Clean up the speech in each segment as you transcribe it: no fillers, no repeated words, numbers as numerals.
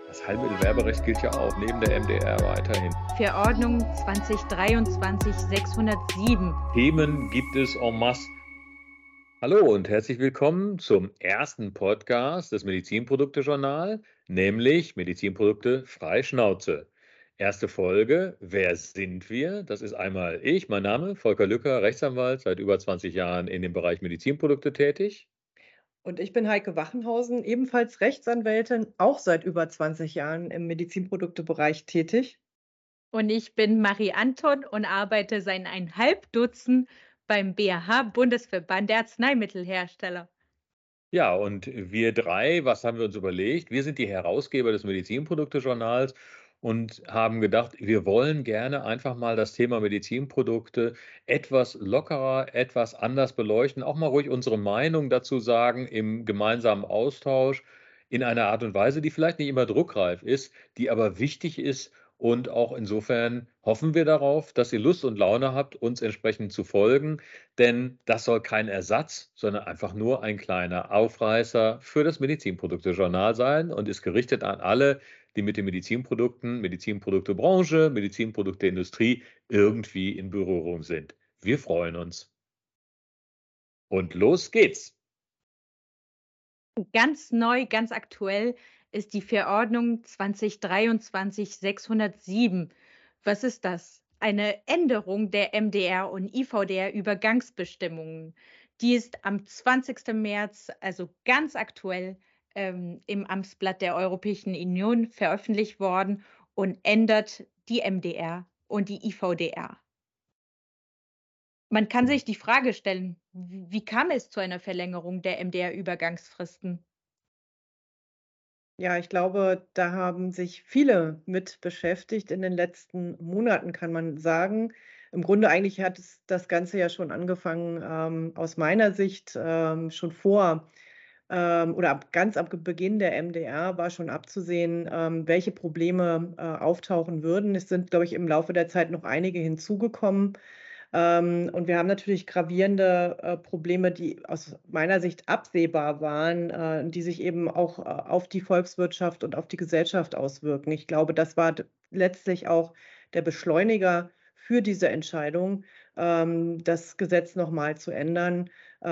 Das Heilmittelwerberecht gilt ja auch neben der MDR weiterhin. Verordnung 2023-607. Themen gibt es en masse. Hallo und herzlich willkommen zum ersten Podcast des Medizinprodukte-Journal, nämlich Medizinprodukte frei Schnauze. Erste Folge, wer sind wir? Das ist einmal ich, mein Name, Volker Lücker, Rechtsanwalt, seit über 20 Jahren in dem Bereich Medizinprodukte tätig. Und ich bin Heike Wachenhausen, ebenfalls Rechtsanwältin, auch seit über 20 Jahren im Medizinproduktebereich tätig. Und ich bin Marie Anton und arbeite seit ein halb Dutzend beim BAH Bundesverband der Arzneimittelhersteller. Ja, und wir drei, was haben wir uns überlegt? Wir sind die Herausgeber des Medizinprodukte-Journals und haben gedacht, wir wollen gerne einfach mal das Thema Medizinprodukte etwas lockerer, etwas anders beleuchten, auch mal ruhig unsere Meinung dazu sagen im gemeinsamen Austausch in einer Art und Weise, die vielleicht nicht immer druckreif ist, die aber wichtig ist. Und auch insofern hoffen wir darauf, dass ihr Lust und Laune habt, uns entsprechend zu folgen. Denn das soll kein Ersatz, sondern einfach nur ein kleiner Aufreißer für das Medizinprodukte-Journal sein und ist gerichtet an alle, die mit den Medizinprodukten, Medizinproduktebranche, Medizinprodukteindustrie irgendwie in Berührung sind. Wir freuen uns. Und los geht's. Ganz neu, ganz aktuell ist die Verordnung 2023-607. Was ist das? Eine Änderung der MDR und IVDR-Übergangsbestimmungen. Die ist am 20. März, also ganz aktuell, im Amtsblatt der Europäischen Union veröffentlicht worden und ändert die MDR und die IVDR. Man kann sich die Frage stellen, wie kam es zu einer Verlängerung der MDR-Übergangsfristen? Ja, ich glaube, da haben sich viele mit beschäftigt in den letzten Monaten, kann man sagen. Im Grunde eigentlich hat es das Ganze ja schon angefangen, aus meiner Sicht, schon vor oder ganz ab Beginn der MDR war schon abzusehen, welche Probleme, auftauchen würden. Es sind, glaube ich, im Laufe der Zeit noch einige hinzugekommen. Und wir haben natürlich gravierende, Probleme, die aus meiner Sicht absehbar waren, die sich eben auch, auf die Volkswirtschaft und auf die Gesellschaft auswirken. Ich glaube, das war letztlich auch der Beschleuniger für diese Entscheidung, das Gesetz nochmal zu ändern.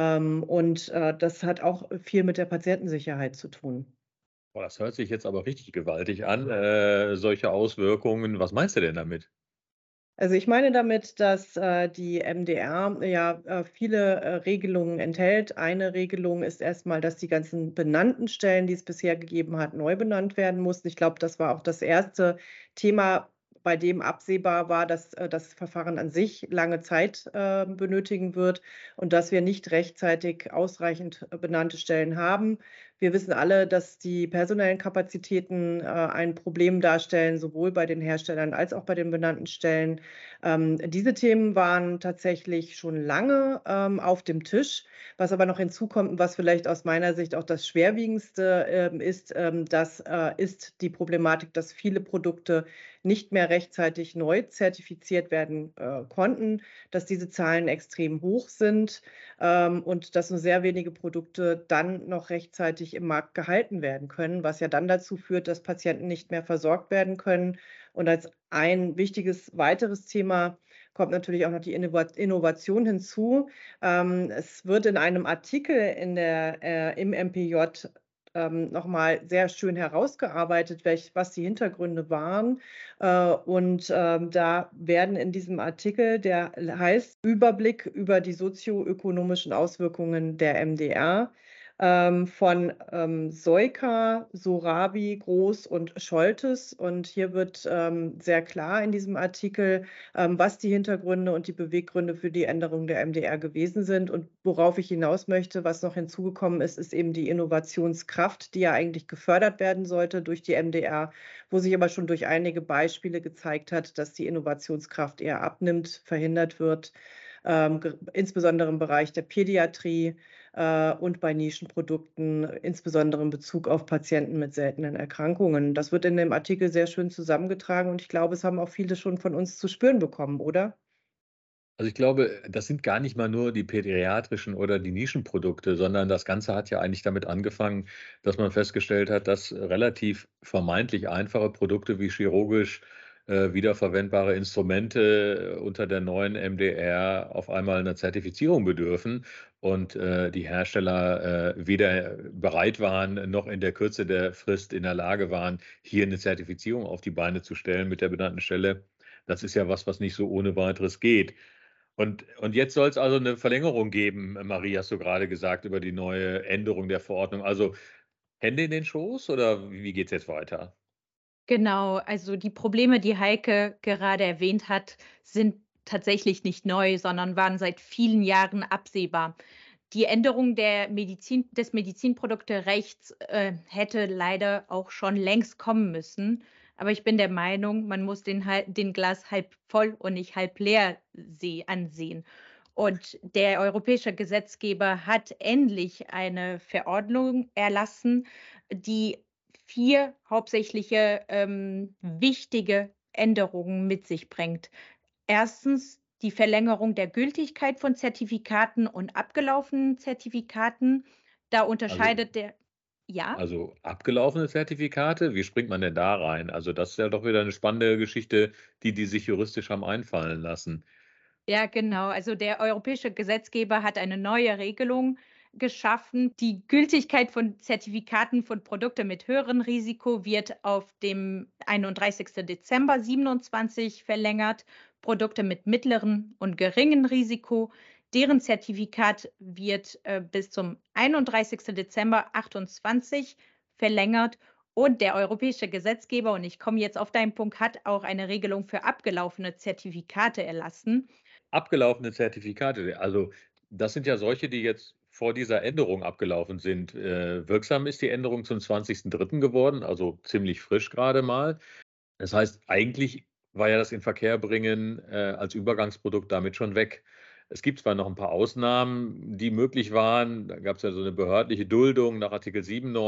Das hat auch viel mit der Patientensicherheit zu tun. Boah, das hört sich jetzt aber richtig gewaltig an, solche Auswirkungen. Was meinst du denn damit? Also, ich meine damit, dass, die MDR ja, viele, Regelungen enthält. Eine Regelung ist erstmal, dass die ganzen benannten Stellen, die es bisher gegeben hat, neu benannt werden mussten. Ich glaube, das war auch das erste Thema, bei dem absehbar war, dass, das Verfahren an sich lange Zeit, benötigen wird und dass wir nicht rechtzeitig ausreichend, benannte Stellen haben. Wir wissen alle, dass die personellen Kapazitäten, ein Problem darstellen, sowohl bei den Herstellern als auch bei den benannten Stellen. Diese Themen waren tatsächlich schon lange, auf dem Tisch. Was aber noch hinzukommt und was vielleicht aus meiner Sicht auch das Schwerwiegendste, ist, das, ist die Problematik, dass viele Produkte nicht mehr rechtzeitig neu zertifiziert werden, konnten, dass diese Zahlen extrem hoch sind, und dass nur sehr wenige Produkte dann noch rechtzeitig im Markt gehalten werden können, was ja dann dazu führt, dass Patienten nicht mehr versorgt werden können. Und als ein wichtiges weiteres Thema kommt natürlich auch noch die Innovation hinzu. Es wird in einem Artikel im MPJ noch mal sehr schön herausgearbeitet, was die Hintergründe waren. Da werden in diesem Artikel, der heißt „Überblick über die sozioökonomischen Auswirkungen der MDR“, von, Soyka, Sorabi, Groß und Scholtes. Und hier wird, sehr klar in diesem Artikel, was die Hintergründe und die Beweggründe für die Änderung der MDR gewesen sind. Und worauf ich hinaus möchte, was noch hinzugekommen ist, ist eben die Innovationskraft, die ja eigentlich gefördert werden sollte durch die MDR, wo sich aber schon durch einige Beispiele gezeigt hat, dass die Innovationskraft eher abnimmt, verhindert wird, insbesondere im Bereich der Pädiatrie, und bei Nischenprodukten, insbesondere in Bezug auf Patienten mit seltenen Erkrankungen. Das wird in dem Artikel sehr schön zusammengetragen und ich glaube, es haben auch viele schon von uns zu spüren bekommen, oder? Also ich glaube, das sind gar nicht mal nur die pädiatrischen oder die Nischenprodukte, sondern das Ganze hat ja eigentlich damit angefangen, dass man festgestellt hat, dass relativ vermeintlich einfache Produkte wie chirurgisch wiederverwendbare Instrumente unter der neuen MDR auf einmal einer Zertifizierung bedürfen und die Hersteller weder bereit waren, noch in der Kürze der Frist in der Lage waren, hier eine Zertifizierung auf die Beine zu stellen mit der benannten Stelle. Das ist ja was nicht so ohne weiteres geht. Und jetzt soll es also eine Verlängerung geben, Marie, hast du gerade gesagt, über die neue Änderung der Verordnung. Also Hände in den Schoß oder wie geht es jetzt weiter? Genau, also die Probleme, die Heike gerade erwähnt hat, sind tatsächlich nicht neu, sondern waren seit vielen Jahren absehbar. Die Änderung des Medizinprodukterechts hätte leider auch schon längst kommen müssen. Aber ich bin der Meinung, man muss den Glas halb voll und nicht halb leer ansehen. Und der europäische Gesetzgeber hat endlich eine Verordnung erlassen, die 4 hauptsächliche, wichtige Änderungen mit sich bringt. Erstens die Verlängerung der Gültigkeit von Zertifikaten und abgelaufenen Zertifikaten. Da Also, unterscheidet der ja? also abgelaufene Zertifikate, wie springt man denn da rein? Also das ist ja doch wieder eine spannende Geschichte, die sich juristisch haben einfallen lassen. Ja, genau. Also der europäische Gesetzgeber hat eine neue Regelung geschaffen. Die Gültigkeit von Zertifikaten von Produkten mit höherem Risiko wird auf dem 31. Dezember 27 verlängert. Produkte mit mittlerem und geringem Risiko, deren Zertifikat wird bis zum 31. Dezember 28 verlängert. Und der europäische Gesetzgeber, und ich komme jetzt auf deinen Punkt, hat auch eine Regelung für abgelaufene Zertifikate erlassen. Abgelaufene Zertifikate, also das sind ja solche, die jetzt vor dieser Änderung abgelaufen sind. Wirksam ist die Änderung zum 20.03. geworden, also ziemlich frisch gerade mal. Das heißt, eigentlich war ja das Inverkehrbringen als Übergangsprodukt damit schon weg. Es gibt zwar noch ein paar Ausnahmen, die möglich waren. Da gab es ja so eine behördliche Duldung nach Artikel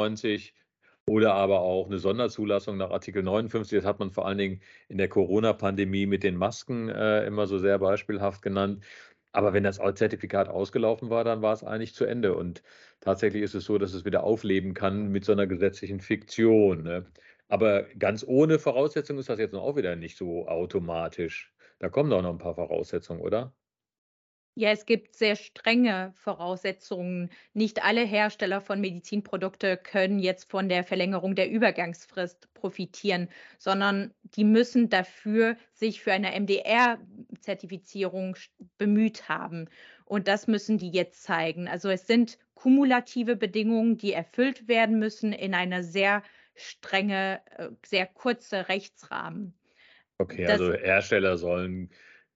97 oder aber auch eine Sonderzulassung nach Artikel 59. Das hat man vor allen Dingen in der Corona-Pandemie mit den Masken immer so sehr beispielhaft genannt. Aber wenn das Zertifikat ausgelaufen war, dann war es eigentlich zu Ende. Und tatsächlich ist es so, dass es wieder aufleben kann mit so einer gesetzlichen Fiktion. Ne? Aber ganz ohne Voraussetzung ist das jetzt auch wieder nicht so automatisch. Da kommen doch noch ein paar Voraussetzungen, oder? Ja, es gibt sehr strenge Voraussetzungen. Nicht alle Hersteller von Medizinprodukte können jetzt von der Verlängerung der Übergangsfrist profitieren, sondern die müssen dafür sich für eine MDR-Zertifizierung bemüht haben. Und das müssen die jetzt zeigen. Also es sind kumulative Bedingungen, die erfüllt werden müssen in einer sehr strenge, sehr kurze Rechtsrahmen. Okay, also Das Hersteller sollen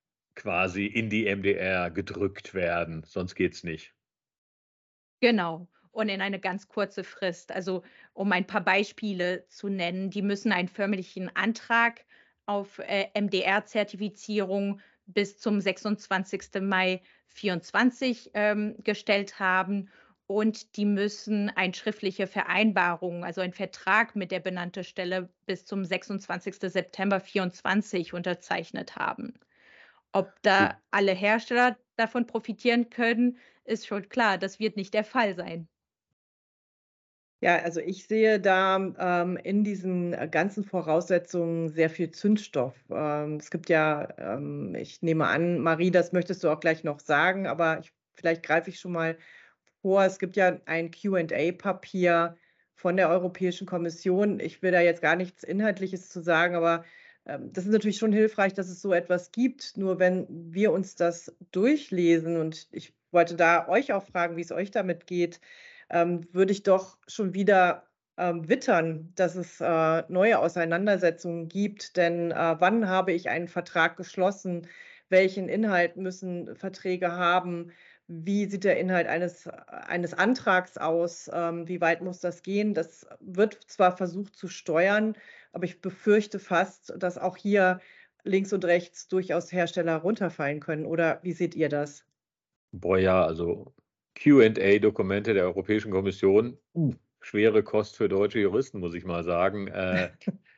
quasi in die MDR gedrückt werden, sonst geht's nicht. Genau. Und in eine ganz kurze Frist. Also, um ein paar Beispiele zu nennen, die müssen einen förmlichen Antrag auf, MDR-Zertifizierung bis zum 26. Mai 24 gestellt haben und die müssen eine schriftliche Vereinbarung, also einen Vertrag mit der benannten Stelle bis zum 26. September 24 unterzeichnet haben. Ob da alle Hersteller davon profitieren können, ist schon klar, das wird nicht der Fall sein. Ja, also ich sehe da, in diesen, ganzen Voraussetzungen sehr viel Zündstoff. Es gibt ja, ich nehme an, Marie, das möchtest du auch gleich noch sagen, aber vielleicht greife ich schon mal vor. Es gibt ja ein Q&A-Papier von der Europäischen Kommission. Ich will da jetzt gar nichts Inhaltliches zu sagen, aber, das ist natürlich schon hilfreich, dass es so etwas gibt. Nur wenn wir uns das durchlesen und ich wollte da euch auch fragen, wie es euch damit geht, würde ich doch schon wieder wittern, dass es neue Auseinandersetzungen gibt. Denn wann habe ich einen Vertrag geschlossen? Welchen Inhalt müssen Verträge haben? Wie sieht der Inhalt eines Antrags aus? Wie weit muss das gehen? Das wird zwar versucht zu steuern, aber ich befürchte fast, dass auch hier links und rechts durchaus Hersteller runterfallen können. Oder wie seht ihr das? Boah, ja, also Q&A-Dokumente der Europäischen Kommission, schwere Kost für deutsche Juristen, muss ich mal sagen,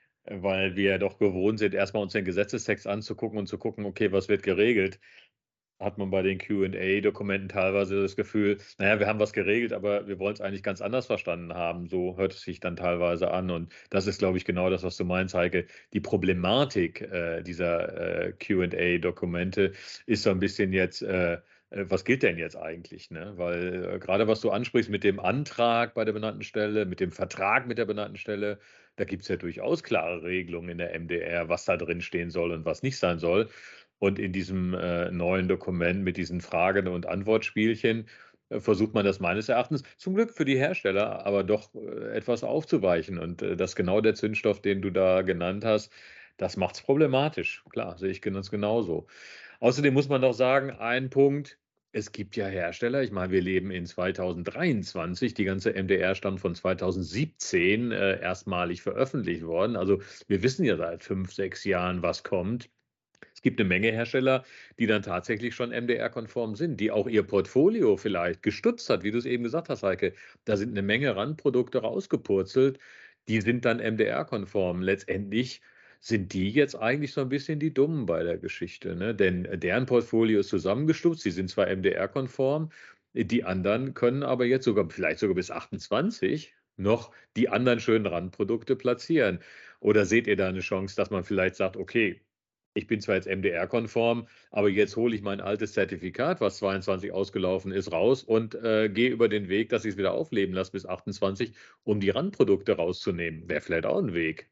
weil wir doch gewohnt sind, erstmal uns den Gesetzestext anzugucken und zu gucken, okay, was wird geregelt. hat man bei den Q&A-Dokumenten teilweise das Gefühl, naja, wir haben was geregelt, aber wir wollen es eigentlich ganz anders verstanden haben. So hört es sich dann teilweise an. Und das ist, glaube ich, genau das, was du meinst, Heike. Die Problematik dieser Q&A-Dokumente ist so ein bisschen jetzt, was gilt denn jetzt eigentlich? Ne? Weil gerade was du ansprichst mit dem Antrag bei der benannten Stelle, mit dem Vertrag mit der benannten Stelle, da gibt es ja durchaus klare Regelungen in der MDR, was da drin stehen soll und was nicht sein soll. Und in diesem neuen Dokument mit diesen Fragen- und Antwortspielchen versucht man das meines Erachtens, zum Glück für die Hersteller, aber doch etwas aufzuweichen. Und das ist genau der Zündstoff, den du da genannt hast. Das macht es problematisch. Klar, sehe ich ganz genauso. Außerdem muss man doch sagen, ein Punkt, es gibt ja Hersteller, ich meine, wir leben in 2023, die ganze MDR stammt von 2017 erstmalig veröffentlicht worden. Also wir wissen ja seit 5, 6 Jahren, was kommt. Es gibt eine Menge Hersteller, die dann tatsächlich schon MDR-konform sind, die auch ihr Portfolio vielleicht gestutzt hat, wie du es eben gesagt hast, Heike. Da sind eine Menge Randprodukte rausgepurzelt, die sind dann MDR-konform. Letztendlich sind die jetzt eigentlich so ein bisschen die Dummen bei der Geschichte, ne? Denn deren Portfolio ist zusammengestutzt, sie sind zwar MDR-konform, die anderen können aber jetzt sogar, vielleicht sogar bis 28 noch die anderen schönen Randprodukte platzieren. Oder seht ihr da eine Chance, dass man vielleicht sagt, okay, ich bin zwar jetzt MDR-konform, aber jetzt hole ich mein altes Zertifikat, was 22 ausgelaufen ist, raus und gehe über den Weg, dass ich es wieder aufleben lasse bis 28, um die Randprodukte rauszunehmen. Wäre vielleicht auch ein Weg.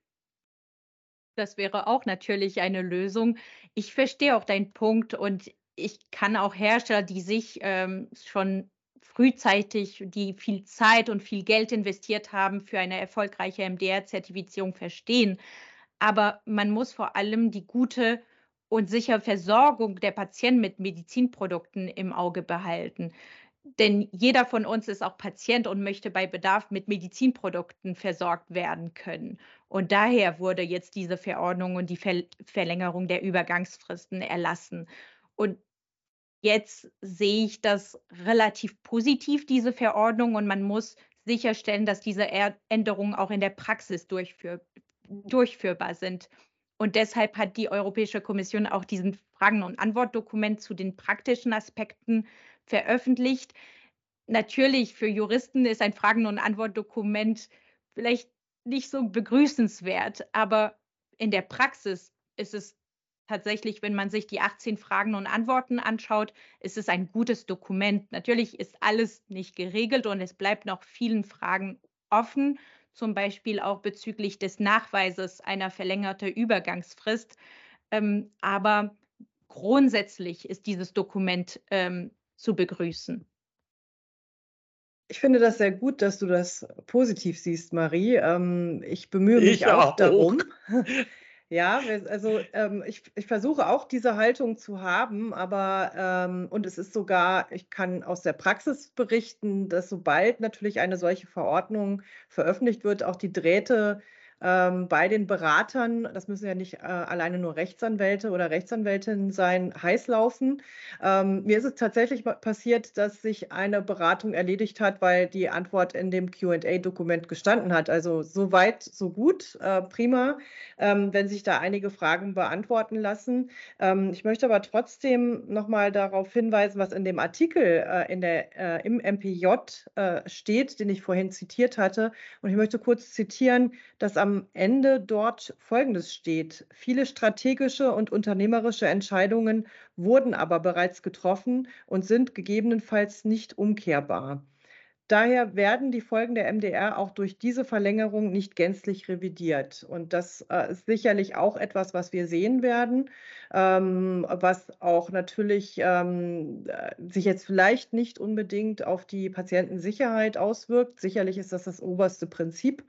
Das wäre auch natürlich eine Lösung. Ich verstehe auch deinen Punkt und ich kann auch Hersteller, die sich schon frühzeitig, die viel Zeit und viel Geld investiert haben für eine erfolgreiche MDR-Zertifizierung verstehen. Aber man muss vor allem die gute und sichere Versorgung der Patienten mit Medizinprodukten im Auge behalten. Denn jeder von uns ist auch Patient und möchte bei Bedarf mit Medizinprodukten versorgt werden können. Und daher wurde jetzt diese Verordnung und die Verlängerung der Übergangsfristen erlassen. Und jetzt sehe ich das relativ positiv, diese Verordnung, und man muss sicherstellen, dass diese Änderungen auch in der Praxis durchführbar sind. Und deshalb hat die Europäische Kommission auch diesen Fragen- und Antwortdokument zu den praktischen Aspekten veröffentlicht. Natürlich, für Juristen ist ein Fragen- und Antwortdokument vielleicht nicht so begrüßenswert, aber in der Praxis ist es tatsächlich, wenn man sich die 18 Fragen und Antworten anschaut, ist es ein gutes Dokument. Natürlich ist alles nicht geregelt und es bleibt noch vielen Fragen offen, zum Beispiel auch bezüglich des Nachweises einer verlängerten Übergangsfrist. Aber grundsätzlich ist dieses Dokument zu begrüßen. Ich finde das sehr gut, dass du das positiv siehst, Marie. Ich bemühe mich Ich auch auch. darum. Ja, ich versuche auch diese Haltung zu haben, aber und es ist sogar, ich kann aus der Praxis berichten, dass sobald natürlich eine solche Verordnung veröffentlicht wird, auch die Drähte bei den Beratern, das müssen ja nicht alleine nur Rechtsanwälte oder Rechtsanwältinnen sein, heiß laufen. Mir ist es tatsächlich passiert, dass sich eine Beratung erledigt hat, weil die Antwort in dem Q&A-Dokument gestanden hat. Also so weit, so gut, prima, wenn sich da einige Fragen beantworten lassen. Ich möchte aber trotzdem noch mal darauf hinweisen, was in dem Artikel im MPJ steht, den ich vorhin zitiert hatte. Und ich möchte kurz zitieren, dass am Ende dort Folgendes steht: Viele strategische und unternehmerische Entscheidungen wurden aber bereits getroffen und sind gegebenenfalls nicht umkehrbar. Daher werden die Folgen der MDR auch durch diese Verlängerung nicht gänzlich revidiert. Und das ist sicherlich auch etwas, was wir sehen werden, was auch natürlich sich jetzt vielleicht nicht unbedingt auf die Patientensicherheit auswirkt. Sicherlich ist das oberste Prinzip,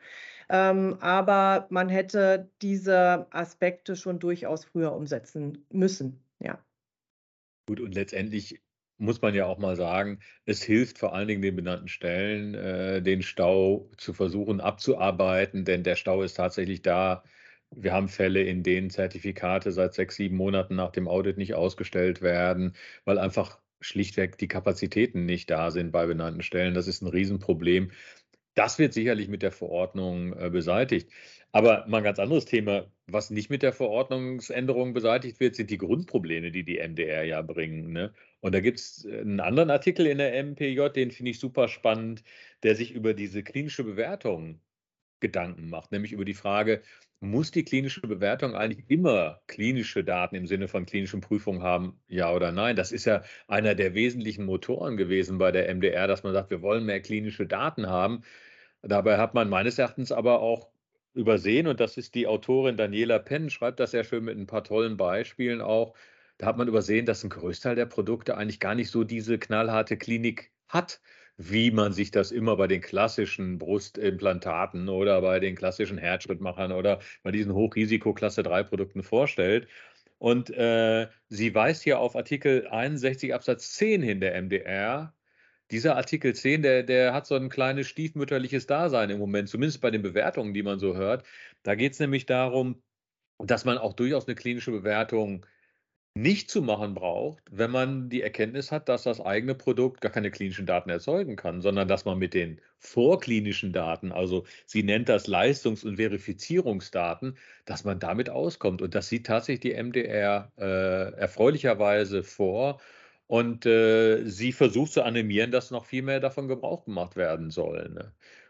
aber man hätte diese Aspekte schon durchaus früher umsetzen müssen. Ja. Gut, und letztendlich muss man ja auch mal sagen, es hilft vor allen Dingen den benannten Stellen, den Stau zu versuchen abzuarbeiten, denn der Stau ist tatsächlich da. Wir haben Fälle, in denen Zertifikate seit 6, 7 Monaten nach dem Audit nicht ausgestellt werden, weil einfach schlichtweg die Kapazitäten nicht da sind bei benannten Stellen. Das ist ein Riesenproblem. Das wird sicherlich mit der Verordnung beseitigt. Aber mal ein ganz anderes Thema, was nicht mit der Verordnungsänderung beseitigt wird, sind die Grundprobleme, die die MDR ja bringen. Ne? Und da gibt es einen anderen Artikel in der MPJ, den finde ich super spannend, der sich über diese klinische Bewertung Gedanken macht, nämlich über die Frage, muss die klinische Bewertung eigentlich immer klinische Daten im Sinne von klinischen Prüfungen haben, ja oder nein? Das ist ja einer der wesentlichen Motoren gewesen bei der MDR, dass man sagt, wir wollen mehr klinische Daten haben. Dabei hat man meines Erachtens aber auch übersehen, und das ist die Autorin Daniela Penn, schreibt das sehr schön mit ein paar tollen Beispielen auch. Da hat man übersehen, dass ein Großteil der Produkte eigentlich gar nicht so diese knallharte Klinik hat, wie man sich das immer bei den klassischen Brustimplantaten oder bei den klassischen Herzschrittmachern oder bei diesen Hochrisiko-Klasse-3-Produkten vorstellt. Und sie weist hier auf Artikel 61 Absatz 10 hin der MDR. Dieser Artikel 10, der hat so ein kleines stiefmütterliches Dasein im Moment, zumindest bei den Bewertungen, die man so hört. Da geht es nämlich darum, dass man auch durchaus eine klinische Bewertung nicht zu machen braucht, wenn man die Erkenntnis hat, dass das eigene Produkt gar keine klinischen Daten erzeugen kann, sondern dass man mit den vorklinischen Daten, also sie nennt das Leistungs- und Verifizierungsdaten, dass man damit auskommt. Und das sieht tatsächlich die MDR erfreulicherweise vor. Und sie versucht zu animieren, dass noch viel mehr davon Gebrauch gemacht werden soll. Ne?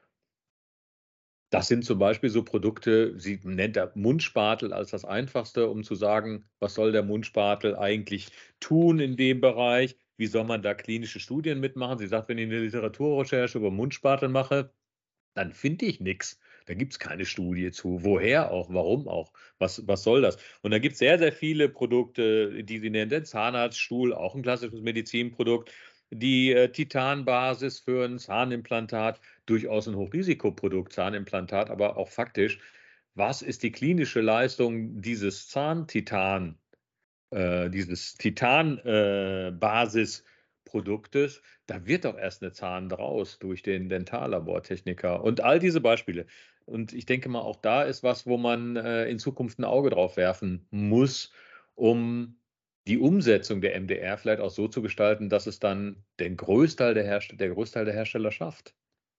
Das sind zum Beispiel so Produkte, sie nennt der Mundspatel als das Einfachste, um zu sagen, was soll der Mundspatel eigentlich tun in dem Bereich? Wie soll man da klinische Studien mitmachen? Sie sagt, wenn ich eine Literaturrecherche über Mundspatel mache, dann finde ich nichts. Da gibt es keine Studie zu. Woher auch? Warum auch? Was soll das? Und da gibt es sehr, sehr viele Produkte, die sie nennt, den Zahnarztstuhl, auch ein klassisches Medizinprodukt, die Titanbasis für ein Zahnimplantat, durchaus ein Hochrisikoprodukt, Zahnimplantat, aber auch faktisch. Was ist die klinische Leistung dieses Zahntitan, dieses Titan-Basisproduktes? Da wird doch erst eine Zahn draus durch den Dentallabortechniker und all diese Beispiele. Und ich denke mal, auch da ist was, wo man in Zukunft ein Auge drauf werfen muss, um die Umsetzung der MDR vielleicht auch so zu gestalten, dass es dann der Großteil der Hersteller schafft.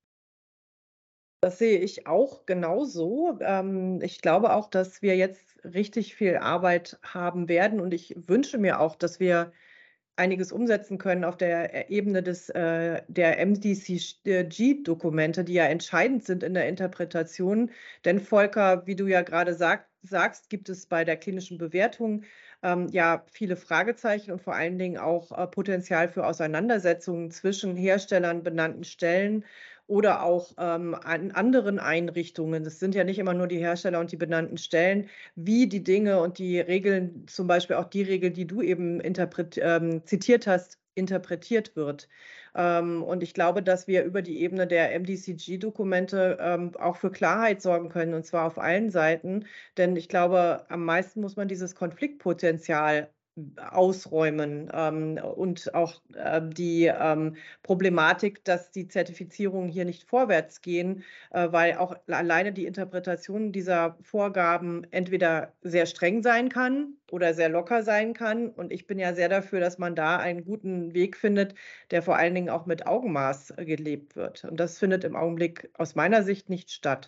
Das sehe ich auch genauso. Ich glaube auch, dass wir jetzt richtig viel Arbeit haben werden und ich wünsche mir auch, dass wir einiges umsetzen können auf der Ebene der MDCG-Dokumente, die ja entscheidend sind in der Interpretation. Denn Volker, wie du ja gerade sagst, gibt es bei der klinischen Bewertung ja viele Fragezeichen und vor allen Dingen auch Potenzial für Auseinandersetzungen zwischen Herstellern, benannten Stellen oder auch an anderen Einrichtungen. Das sind ja nicht immer nur die Hersteller und die benannten Stellen, wie die Dinge und die Regeln, zum Beispiel auch die Regel, die du eben zitiert hast, interpretiert wird. Und ich glaube, dass wir über die Ebene der MDCG-Dokumente auch für Klarheit sorgen können, und zwar auf allen Seiten. Denn ich glaube, am meisten muss man dieses Konfliktpotenzial ausräumen und auch die Problematik, dass die Zertifizierungen hier nicht vorwärts gehen, weil auch alleine die Interpretation dieser Vorgaben entweder sehr streng sein kann oder sehr locker sein kann. Und ich bin ja sehr dafür, dass man da einen guten Weg findet, der vor allen Dingen auch mit Augenmaß gelebt wird. Und das findet im Augenblick aus meiner Sicht nicht statt.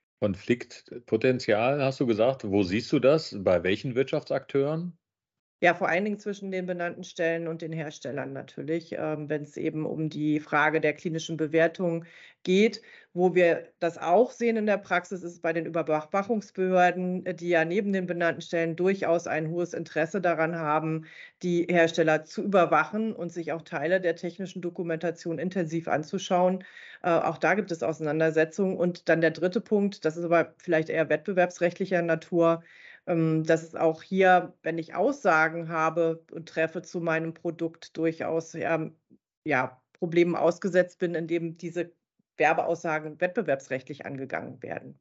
Konfliktpotenzial, hast du gesagt. Wo siehst du das? Bei welchen Wirtschaftsakteuren? Ja, vor allen Dingen zwischen den benannten Stellen und den Herstellern natürlich, wenn es eben um die Frage der klinischen Bewertung geht. Wo wir das auch sehen in der Praxis, ist bei den Überwachungsbehörden, die ja neben den benannten Stellen durchaus ein hohes Interesse daran haben, die Hersteller zu überwachen und sich auch Teile der technischen Dokumentation intensiv anzuschauen. Auch da gibt es Auseinandersetzungen. Und dann der dritte Punkt, das ist aber vielleicht eher wettbewerbsrechtlicher Natur, dass es auch hier, wenn ich Aussagen habe und treffe zu meinem Produkt, durchaus ja, Problemen ausgesetzt bin, indem diese Werbeaussagen wettbewerbsrechtlich angegangen werden.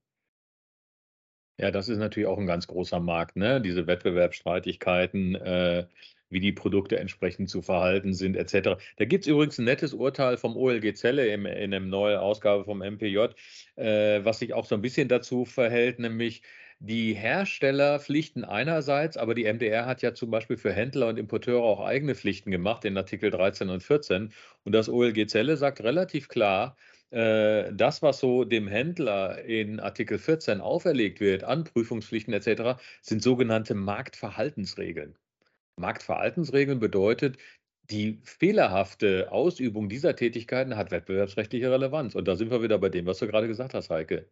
Ja, das ist natürlich auch ein ganz großer Markt, ne? Diese Wettbewerbsstreitigkeiten, wie die Produkte entsprechend zu verhalten sind, et cetera. Da gibt's übrigens ein nettes Urteil vom OLG Zelle in 'nem neuen Ausgabe vom MPJ, was sich auch so ein bisschen dazu verhält, nämlich die Hersteller pflichten einerseits, aber die MDR hat ja zum Beispiel für Händler und Importeure auch eigene Pflichten gemacht in Artikel 13 und 14. Und das OLG Zelle sagt relativ klar, das, was so dem Händler in Artikel 14 auferlegt wird, an Prüfungspflichten etc., sind sogenannte Marktverhaltensregeln. Marktverhaltensregeln bedeutet, die fehlerhafte Ausübung dieser Tätigkeiten hat wettbewerbsrechtliche Relevanz. Und da sind wir wieder bei dem, was du gerade gesagt hast, Heike.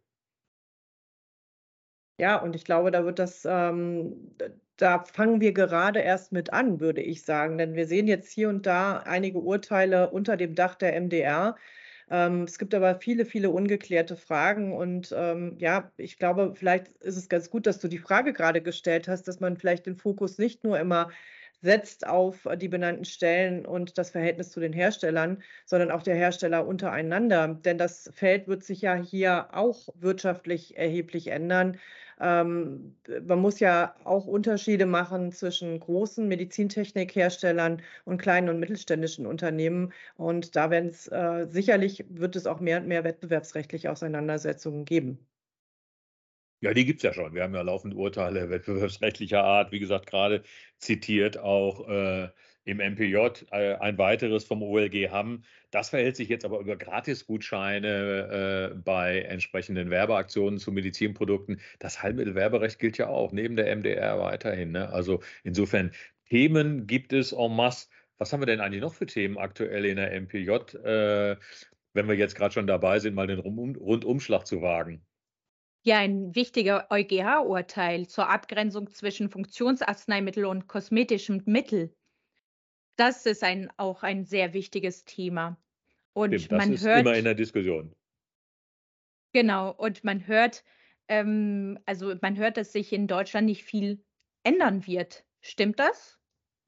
Ja, und ich glaube, da wird das, da fangen wir gerade erst mit an, würde ich sagen. Denn wir sehen jetzt hier und da einige Urteile unter dem Dach der MDR. Es gibt aber viele, viele ungeklärte Fragen. Und ja, ich glaube, vielleicht ist es ganz gut, dass du die Frage gerade gestellt hast, dass man vielleicht den Fokus nicht nur immer setzt auf die benannten Stellen und das Verhältnis zu den Herstellern, sondern auch der Hersteller untereinander. Denn das Feld wird sich ja hier auch wirtschaftlich erheblich ändern. Man muss ja auch Unterschiede machen zwischen großen Medizintechnikherstellern und kleinen und mittelständischen Unternehmen. Und da sicherlich wird es auch mehr und mehr wettbewerbsrechtliche Auseinandersetzungen geben. Ja, die gibt es ja schon. Wir haben ja laufend Urteile wettbewerbsrechtlicher Art, wie gesagt, gerade zitiert auch im MPJ ein weiteres vom OLG Hamm. Das verhält sich jetzt aber über Gratisgutscheine bei entsprechenden Werbeaktionen zu Medizinprodukten. Das Heilmittelwerberecht gilt ja auch neben der MDR weiterhin. Ne? Also insofern, Themen gibt es en masse. Was haben wir denn eigentlich noch für Themen aktuell in der MPJ, wenn wir jetzt gerade schon dabei sind, mal den Rundumschlag zu wagen? Ja, ein wichtiger EuGH-Urteil zur Abgrenzung zwischen Funktionsarzneimittel und kosmetischem Mittel. Das ist auch ein sehr wichtiges Thema. Stimmt, Und das man ist immer in hört der Diskussion. genau, und man hört, dass sich in Deutschland nicht viel ändern wird. Stimmt das?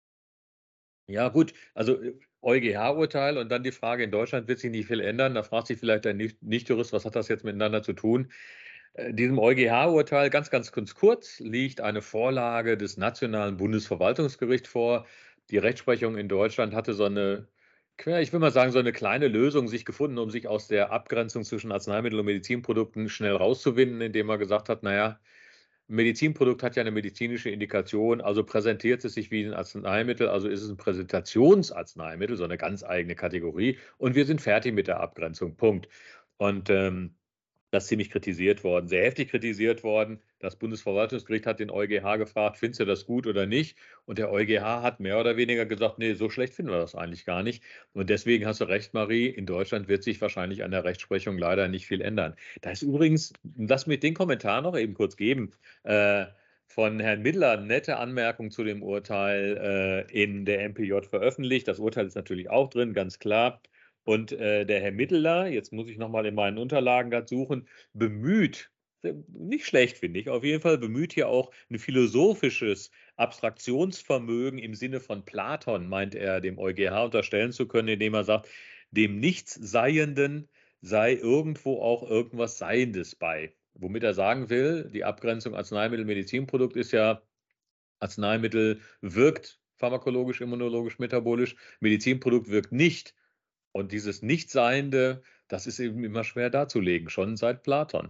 Ja, gut, also EuGH-Urteil und dann die Frage, in Deutschland wird sich nicht viel ändern. Da fragt sich vielleicht der Nichtjurist, was hat das jetzt miteinander zu tun? Diesem EuGH-Urteil, ganz kurz, liegt eine Vorlage des Nationalen Bundesverwaltungsgerichts vor. Die Rechtsprechung in Deutschland hatte ich will mal sagen, so eine kleine Lösung sich gefunden, um sich aus der Abgrenzung zwischen Arzneimittel und Medizinprodukten schnell rauszuwinden, indem er gesagt hat, naja, ein Medizinprodukt hat ja eine medizinische Indikation, also präsentiert es sich wie ein Arzneimittel, also ist es ein Präsentationsarzneimittel, so eine ganz eigene Kategorie. Und wir sind fertig mit der Abgrenzung. Punkt. Und das ist ziemlich kritisiert worden, sehr heftig kritisiert worden. Das Bundesverwaltungsgericht hat den EuGH gefragt, findest du das gut oder nicht? Und der EuGH hat mehr oder weniger gesagt, nee, so schlecht finden wir das eigentlich gar nicht. Und deswegen hast du recht, Marie, in Deutschland wird sich wahrscheinlich an der Rechtsprechung leider nicht viel ändern. Da ist übrigens, lass mir den Kommentar noch eben kurz geben, von Herrn Mittler, nette Anmerkung zu dem Urteil in der MPJ veröffentlicht. Das Urteil ist natürlich auch drin, ganz klar. Und der Herr Mitteler, jetzt muss ich nochmal in meinen Unterlagen gerade suchen, bemüht, nicht schlecht finde ich, auf jeden Fall bemüht hier auch ein philosophisches Abstraktionsvermögen im Sinne von Platon, meint er dem EuGH unterstellen zu können, indem er sagt, dem Nichtsseienden sei irgendwo auch irgendwas Seiendes bei. Womit er sagen will, die Abgrenzung Arzneimittel-Medizinprodukt ist ja, Arzneimittel wirkt pharmakologisch, immunologisch, metabolisch, Medizinprodukt wirkt nicht. Und dieses Nichtseiende, das ist eben immer schwer darzulegen, schon seit Platon.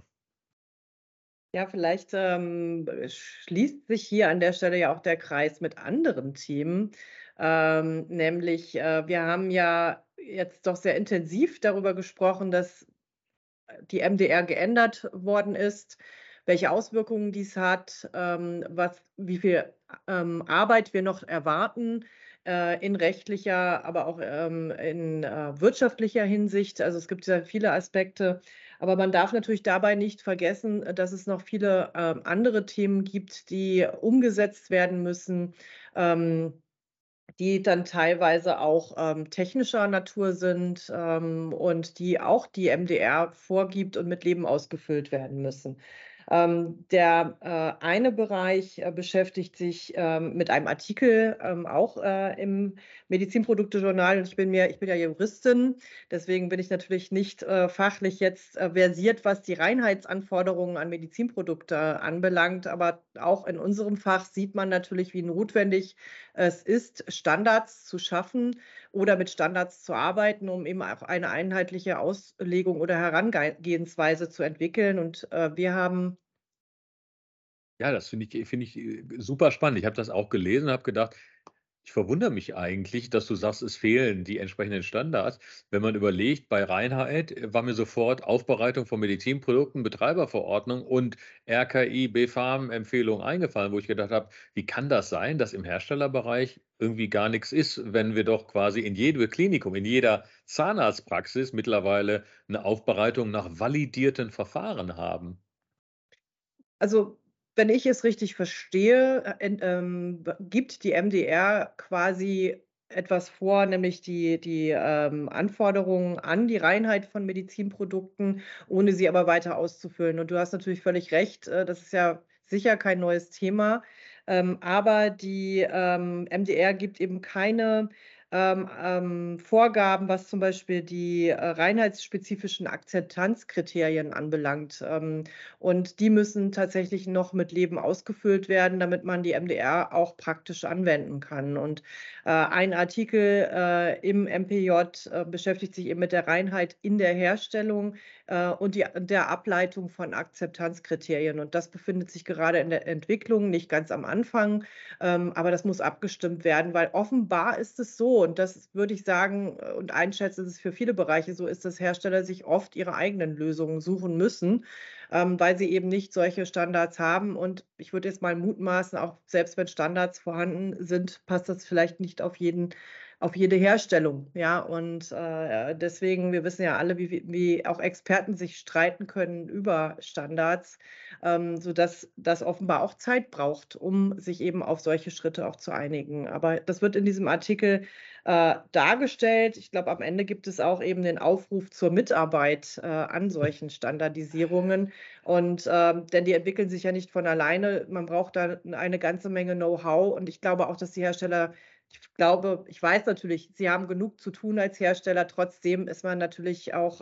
Ja, vielleicht schließt sich hier an der Stelle ja auch der Kreis mit anderen Themen. Nämlich, wir haben ja jetzt doch sehr intensiv darüber gesprochen, dass die MDR geändert worden ist, welche Auswirkungen dies hat, wie viel Arbeit wir noch erwarten in rechtlicher, aber auch in wirtschaftlicher Hinsicht. Also es gibt sehr viele Aspekte. Aber man darf natürlich dabei nicht vergessen, dass es noch viele andere Themen gibt, die umgesetzt werden müssen. Die dann teilweise auch technischer Natur sind und die auch die MDR vorgibt und mit Leben ausgefüllt werden müssen. Der eine Bereich beschäftigt sich mit einem Artikel auch im Medizinproduktejournal. Und ich bin ja Juristin, deswegen bin ich natürlich nicht fachlich jetzt versiert, was die Reinheitsanforderungen an Medizinprodukte anbelangt. Aber auch in unserem Fach sieht man natürlich, wie notwendig es ist, Standards zu schaffen oder mit Standards zu arbeiten, um eben auch eine einheitliche Auslegung oder Herangehensweise zu entwickeln. Und wir haben Ja, das finde ich super spannend. Ich habe das auch gelesen und habe gedacht, Ich verwundere mich eigentlich, dass du sagst, es fehlen die entsprechenden Standards. Wenn man überlegt, bei Reinheit war mir sofort Aufbereitung von Medizinprodukten, Betreiberverordnung und RKI, BfArM-Empfehlung eingefallen, wo ich gedacht habe, wie kann das sein, dass im Herstellerbereich irgendwie gar nichts ist, wenn wir doch quasi in jedem Klinikum, in jeder Zahnarztpraxis mittlerweile eine Aufbereitung nach validierten Verfahren haben? Also, wenn ich es richtig verstehe, gibt die MDR quasi etwas vor, nämlich die Anforderungen an die Reinheit von Medizinprodukten, ohne sie aber weiter auszufüllen. Und du hast natürlich völlig recht, das ist ja sicher kein neues Thema, aber die MDR gibt eben keine Vorgaben, was zum Beispiel die reinheitsspezifischen Akzeptanzkriterien anbelangt. Und die müssen tatsächlich noch mit Leben ausgefüllt werden, damit man die MDR auch praktisch anwenden kann. Und ein Artikel im MPJ beschäftigt sich eben mit der Reinheit in der Herstellung und der Ableitung von Akzeptanzkriterien. Und das befindet sich gerade in der Entwicklung, nicht ganz am Anfang, aber das muss abgestimmt werden, weil offenbar ist es so, und das würde ich sagen und einschätzen, dass es für viele Bereiche so ist, dass Hersteller sich oft ihre eigenen Lösungen suchen müssen, weil sie eben nicht solche Standards haben. Und ich würde jetzt mal mutmaßen, auch selbst wenn Standards vorhanden sind, passt das vielleicht nicht auf jede Herstellung. Ja, und deswegen, wir wissen ja alle, wie auch Experten sich streiten können über Standards, sodass das offenbar auch Zeit braucht, um sich eben auf solche Schritte auch zu einigen. Aber das wird in diesem Artikel dargestellt. Ich glaube, am Ende gibt es auch eben den Aufruf zur Mitarbeit an solchen Standardisierungen. Und denn die entwickeln sich ja nicht von alleine. Man braucht da eine ganze Menge Know-how. Und ich glaube auch, dass die Hersteller, ich weiß natürlich, sie haben genug zu tun als Hersteller. Trotzdem ist man natürlich auch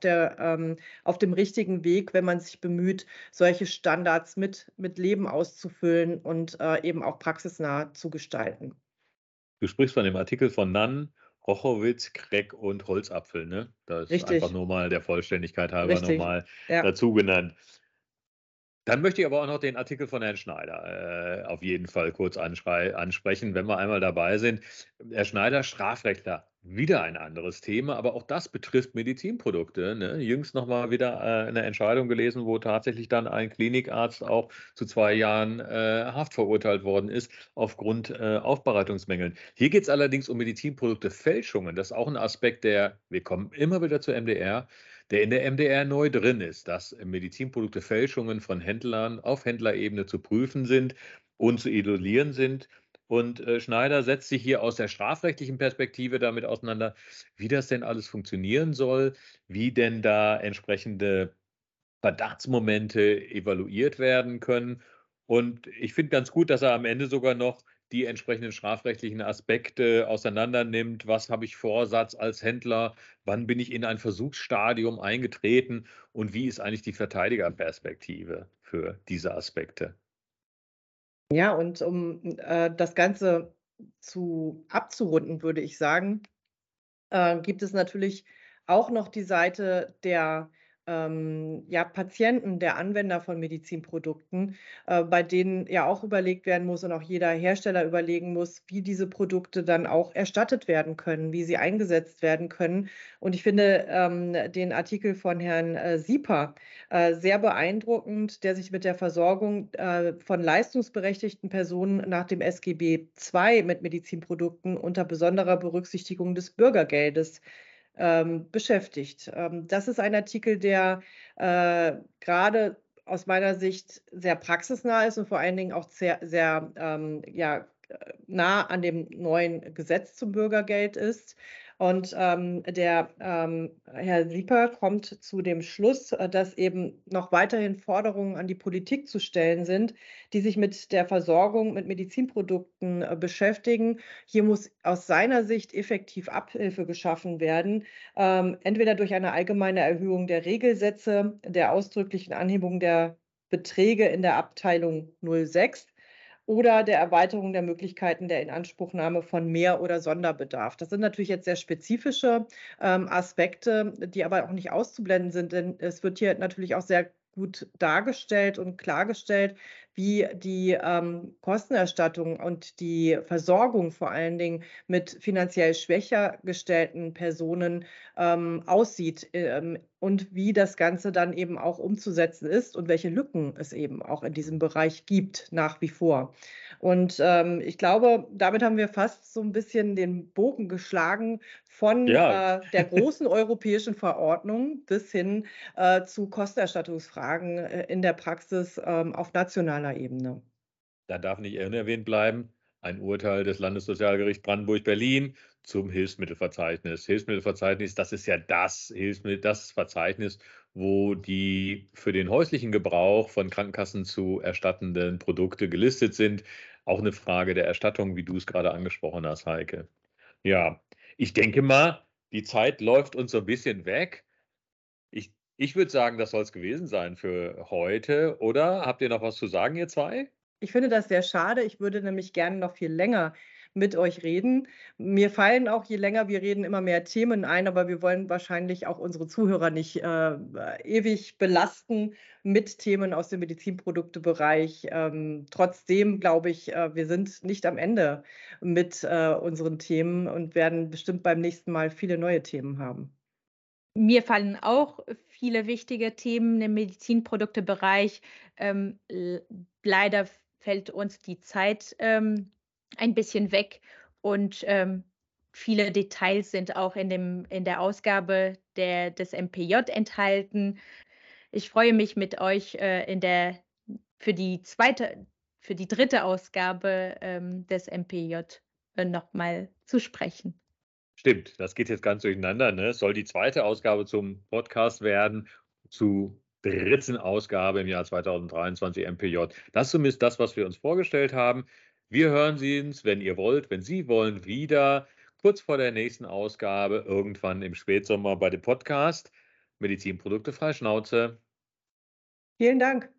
auf dem richtigen Weg, wenn man sich bemüht, solche Standards mit Leben auszufüllen und eben auch praxisnah zu gestalten. Du sprichst von dem Artikel von Nann, Rochowitz, Kreck und Holzapfel, ne? Das ist einfach Richtig, nur mal der Vollständigkeit halber noch richtig. mal Ja. dazu genannt. Dann möchte ich aber auch noch den Artikel von Herrn Schneider auf jeden Fall kurz ansprechen, wenn wir einmal dabei sind. Herr Schneider, Strafrechtler, wieder ein anderes Thema, aber auch das betrifft Medizinprodukte. Ne? Jüngst noch mal wieder eine Entscheidung gelesen, wo tatsächlich dann ein Klinikarzt auch zu 2 Jahren Haft verurteilt worden ist aufgrund Aufbereitungsmängeln. Hier geht es allerdings um Medizinprodukte Fälschungen. Das ist auch ein Aspekt, wir kommen immer wieder zur MDR, der in der MDR neu drin ist, dass Medizinprodukte Fälschungen von Händlern auf Händlerebene zu prüfen sind und zu isolieren sind. Und Schneider setzt sich hier aus der strafrechtlichen Perspektive damit auseinander, wie das denn alles funktionieren soll, wie denn da entsprechende Verdachtsmomente evaluiert werden können. Und ich finde ganz gut, dass er am Ende sogar noch die entsprechenden strafrechtlichen Aspekte auseinander nimmt. Was habe ich Vorsatz als Händler? Wann bin ich in ein Versuchsstadium eingetreten? Und wie ist eigentlich die Verteidigerperspektive für diese Aspekte? Ja, und um das Ganze abzurunden, würde ich sagen, gibt es natürlich auch noch die Seite der ja, Patienten, der Anwender von Medizinprodukten, bei denen ja auch überlegt werden muss und auch jeder Hersteller überlegen muss, wie diese Produkte dann auch erstattet werden können, wie sie eingesetzt werden können. Und ich finde den Artikel von Herrn Sieper sehr beeindruckend, der sich mit der Versorgung von leistungsberechtigten Personen nach dem SGB II mit Medizinprodukten unter besonderer Berücksichtigung des Bürgergeldes beschäftigt. Das ist ein Artikel, der gerade aus meiner Sicht sehr praxisnah ist und vor allen Dingen auch sehr ja, nah an dem neuen Gesetz zum Bürgergeld ist. Und der Herr Sieper kommt zu dem Schluss, dass eben noch weiterhin Forderungen an die Politik zu stellen sind, die sich mit der Versorgung mit Medizinprodukten beschäftigen. Hier muss aus seiner Sicht effektiv Abhilfe geschaffen werden, entweder durch eine allgemeine Erhöhung der Regelsätze, der ausdrücklichen Anhebung der Beträge in der Abteilung 06 oder der Erweiterung der Möglichkeiten der Inanspruchnahme von Mehr- oder Sonderbedarf. Das sind natürlich jetzt sehr spezifische Aspekte, die aber auch nicht auszublenden sind, denn es wird hier natürlich auch sehr gut dargestellt und klargestellt, wie die Kostenerstattung und die Versorgung vor allen Dingen mit finanziell schwächer gestellten Personen aussieht, und wie das Ganze dann eben auch umzusetzen ist und welche Lücken es eben auch in diesem Bereich gibt nach wie vor. Und ich glaube, damit haben wir fast so ein bisschen den Bogen geschlagen von Ja, der großen europäischen Verordnung bis hin zu Kostenerstattungsfragen in der Praxis auf nationaler Ebene. da darf nicht unerwähnt bleiben, ein Urteil des Landessozialgerichts Brandenburg-Berlin zum Hilfsmittelverzeichnis. Hilfsmittelverzeichnis, das ist ja das Verzeichnis, wo die für den häuslichen Gebrauch von Krankenkassen zu erstattenden Produkte gelistet sind. Auch eine Frage der Erstattung, wie du es gerade angesprochen hast, Heike. Ja, ich denke mal, die Zeit läuft uns so ein bisschen weg. Ich würde sagen, das soll es gewesen sein für heute, oder? Habt ihr noch was zu sagen, ihr zwei? Ich finde das sehr schade. Ich würde nämlich gerne noch viel länger mit euch reden. Mir fallen auch, je länger wir reden, immer mehr Themen ein, aber wir wollen wahrscheinlich auch unsere Zuhörer nicht ewig belasten mit Themen aus dem Medizinproduktebereich. Trotzdem glaube ich, wir sind nicht am Ende mit unseren Themen und werden bestimmt beim nächsten Mal viele neue Themen haben. Mir fallen auch viele wichtige Themen im Medizinproduktebereich. Leider fällt uns die Zeit ein bisschen weg und viele Details sind auch in der Ausgabe des MPJ enthalten. Ich freue mich mit euch für für die dritte Ausgabe des MPJ nochmal zu sprechen. Stimmt, das geht jetzt ganz durcheinander, ne? Es soll die zweite Ausgabe zum Podcast werden, zur dritten Ausgabe im Jahr 2023 MPJ. Das ist zumindest das, was wir uns vorgestellt haben. Wir hören Sie uns, wenn ihr wollt, wenn Sie wollen, wieder kurz vor der nächsten Ausgabe, irgendwann im Spätsommer bei dem Podcast Medizinprodukte frei Schnauze. Vielen Dank.